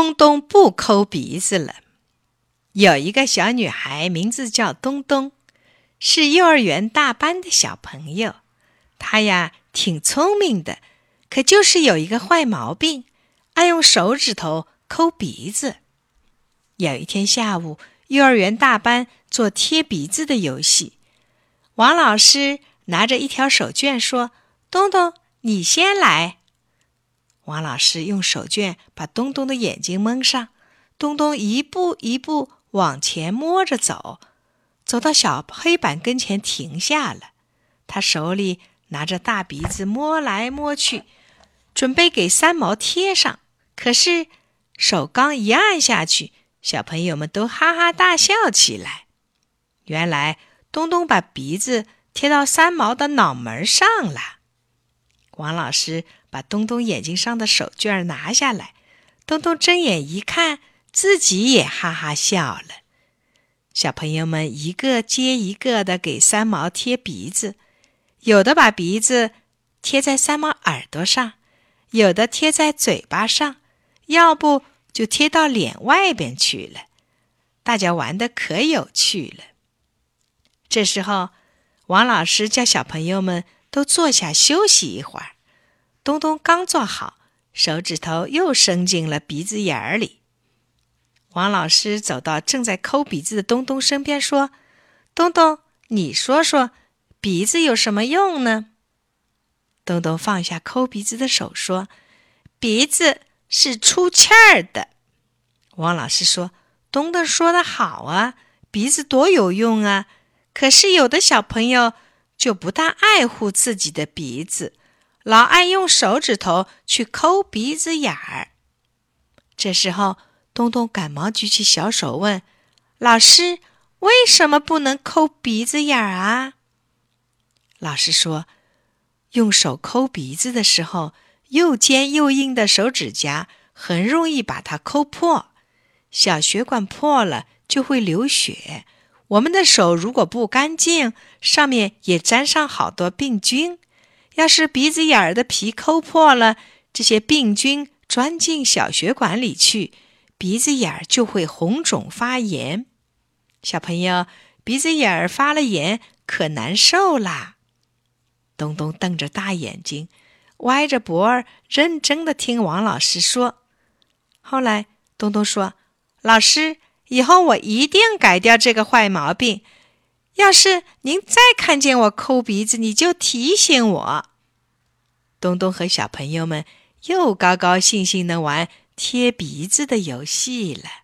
东东不抠鼻子了。有一个小女孩，名字叫东东，是幼儿园大班的小朋友。她呀挺聪明的，可就是有一个坏毛病，爱用手指头抠鼻子。有一天下午，幼儿园大班做贴鼻子的游戏，王老师拿着一条手绢说：东东，你先来。王老师用手绢把东东的眼睛蒙上，东东一步一步往前摸着走，走到小黑板跟前停下了。他手里拿着大鼻子摸来摸去，准备给三毛贴上，可是手刚一按下去，小朋友们都哈哈大笑起来。原来东东把鼻子贴到三毛的脑门上了。王老师把东东眼睛上的手绢拿下来，东东睁眼一看，自己也哈哈笑了。小朋友们一个接一个的给三毛贴鼻子，有的把鼻子贴在三毛耳朵上，有的贴在嘴巴上，要不就贴到脸外边去了。大家玩得可有趣了。这时候，王老师叫小朋友们都坐下休息一会儿。东东刚坐好，手指头又伸进了鼻子眼里。王老师走到正在抠鼻子的东东身边说：东东，你说说，鼻子有什么用呢？东东放下抠鼻子的手说：鼻子是出气儿的。王老师说：东东说得好啊，鼻子多有用啊，可是有的小朋友就不大爱护自己的鼻子，老爱用手指头去抠鼻子眼儿。这时候东东赶忙举起小手问：老师，为什么不能抠鼻子眼儿啊？老师说，用手抠鼻子的时候，又尖又硬的手指甲很容易把它抠破，小血管破了就会流血。我们的手如果不干净，上面也沾上好多病菌。要是鼻子眼儿的皮抠破了，这些病菌钻进小血管里去，鼻子眼儿就会红肿发炎。小朋友，鼻子眼儿发了炎，可难受啦。东东瞪着大眼睛，歪着脖儿，认真地听王老师说。后来东东说：老师，以后我一定改掉这个坏毛病，要是您再看见我抠鼻子，你就提醒我。东东和小朋友们又高高兴兴地玩贴鼻子的游戏了。